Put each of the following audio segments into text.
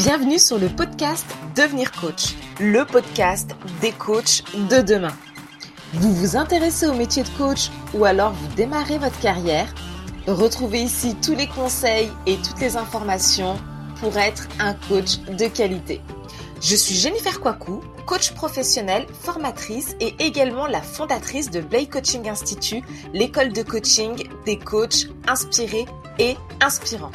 Bienvenue sur le podcast Devenir coach, le podcast des coachs de demain. Vous vous intéressez au métier de coach ou alors vous démarrez votre carrière? Retrouvez ici tous les conseils et toutes les informations pour être un coach de qualité. Je suis Jennifer Kouakou, coach professionnelle, formatrice et également la fondatrice de Blay Coaching Institute, l'école de coaching des coachs inspirés et inspirants.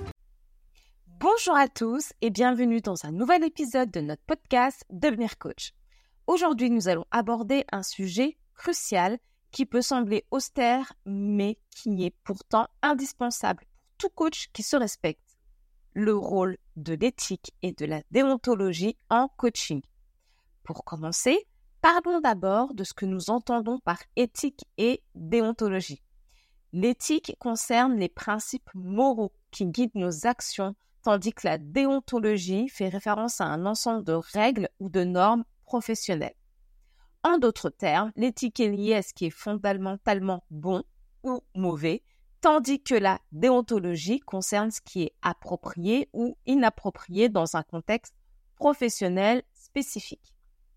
Bonjour à tous et bienvenue dans un nouvel épisode de notre podcast Devenir coach. Aujourd'hui, nous allons aborder un sujet crucial qui peut sembler austère, mais qui est pourtant indispensable pour tout coach qui se respecte. Le rôle de l'éthique et de la déontologie en coaching. Pour commencer, parlons d'abord de ce que nous entendons par éthique et déontologie. L'éthique concerne les principes moraux qui guident nos actions, tandis que la déontologie fait référence à un ensemble de règles ou de normes professionnelles. En d'autres termes, l'éthique est liée à ce qui est fondamentalement bon ou mauvais, tandis que la déontologie concerne ce qui est approprié ou inapproprié dans un contexte professionnel spécifique.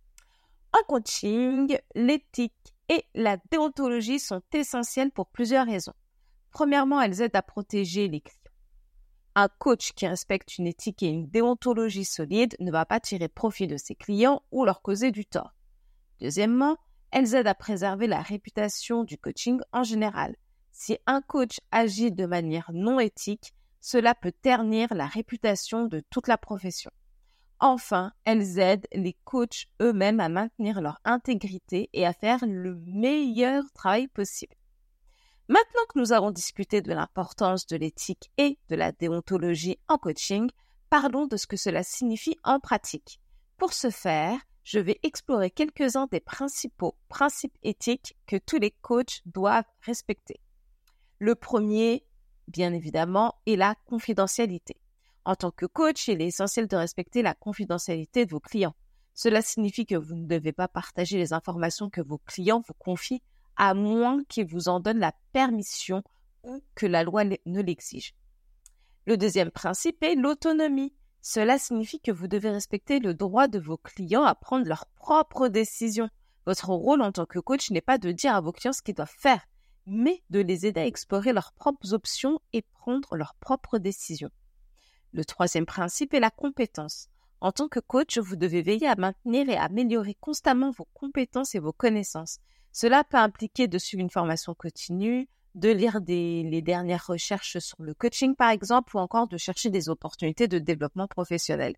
En coaching, l'éthique et la déontologie sont essentielles pour plusieurs raisons. Premièrement, elles aident à protéger les clients. Un coach qui respecte une éthique et une déontologie solide ne va pas tirer profit de ses clients ou leur causer du tort. Deuxièmement, elles aident à préserver la réputation du coaching en général. Si un coach agit de manière non éthique, cela peut ternir la réputation de toute la profession. Enfin, elles aident les coachs eux-mêmes à maintenir leur intégrité et à faire le meilleur travail possible. Maintenant que nous avons discuté de l'importance de l'éthique et de la déontologie en coaching, parlons de ce que cela signifie en pratique. Pour ce faire, je vais explorer quelques-uns des principaux principes éthiques que tous les coachs doivent respecter. Le premier, bien évidemment, est la confidentialité. En tant que coach, il est essentiel de respecter la confidentialité de vos clients. Cela signifie que vous ne devez pas partager les informations que vos clients vous confient à moins qu'ils vous en donnent la permission ou que la loi ne l'exige. Le deuxième principe est l'autonomie. Cela signifie que vous devez respecter le droit de vos clients à prendre leurs propres décisions. Votre rôle en tant que coach n'est pas de dire à vos clients ce qu'ils doivent faire, mais de les aider à explorer leurs propres options et prendre leurs propres décisions. Le troisième principe est la compétence. En tant que coach, vous devez veiller à maintenir et à améliorer constamment vos compétences et vos connaissances. Cela peut impliquer de suivre une formation continue, de lire les dernières recherches sur le coaching par exemple, ou encore de chercher des opportunités de développement professionnel.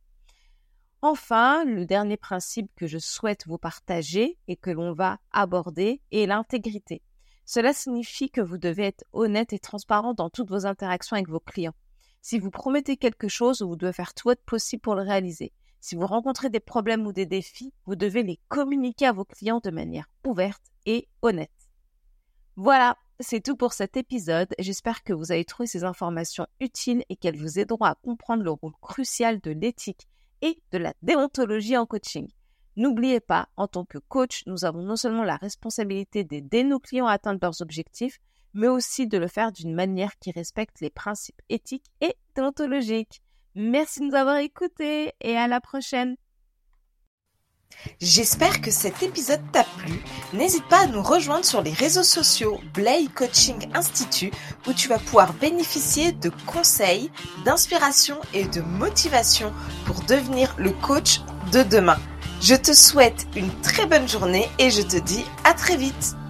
Enfin, le dernier principe que je souhaite vous partager et que l'on va aborder est l'intégrité. Cela signifie que vous devez être honnête et transparent dans toutes vos interactions avec vos clients. Si vous promettez quelque chose, vous devez faire tout votre possible pour le réaliser. Si vous rencontrez des problèmes ou des défis, vous devez les communiquer à vos clients de manière ouverte et honnête. Voilà, c'est tout pour cet épisode. J'espère que vous avez trouvé ces informations utiles et qu'elles vous aideront à comprendre le rôle crucial de l'éthique et de la déontologie en coaching. N'oubliez pas, en tant que coach, nous avons non seulement la responsabilité d'aider nos clients à atteindre leurs objectifs, mais aussi de le faire d'une manière qui respecte les principes éthiques et déontologiques. Merci de nous avoir écoutés et à la prochaine. J'espère que cet épisode t'a plu. N'hésite pas à nous rejoindre sur les réseaux sociaux Blay Coaching Institute où tu vas pouvoir bénéficier de conseils, d'inspiration et de motivation pour devenir le coach de demain. Je te souhaite une très bonne journée et je te dis à très vite.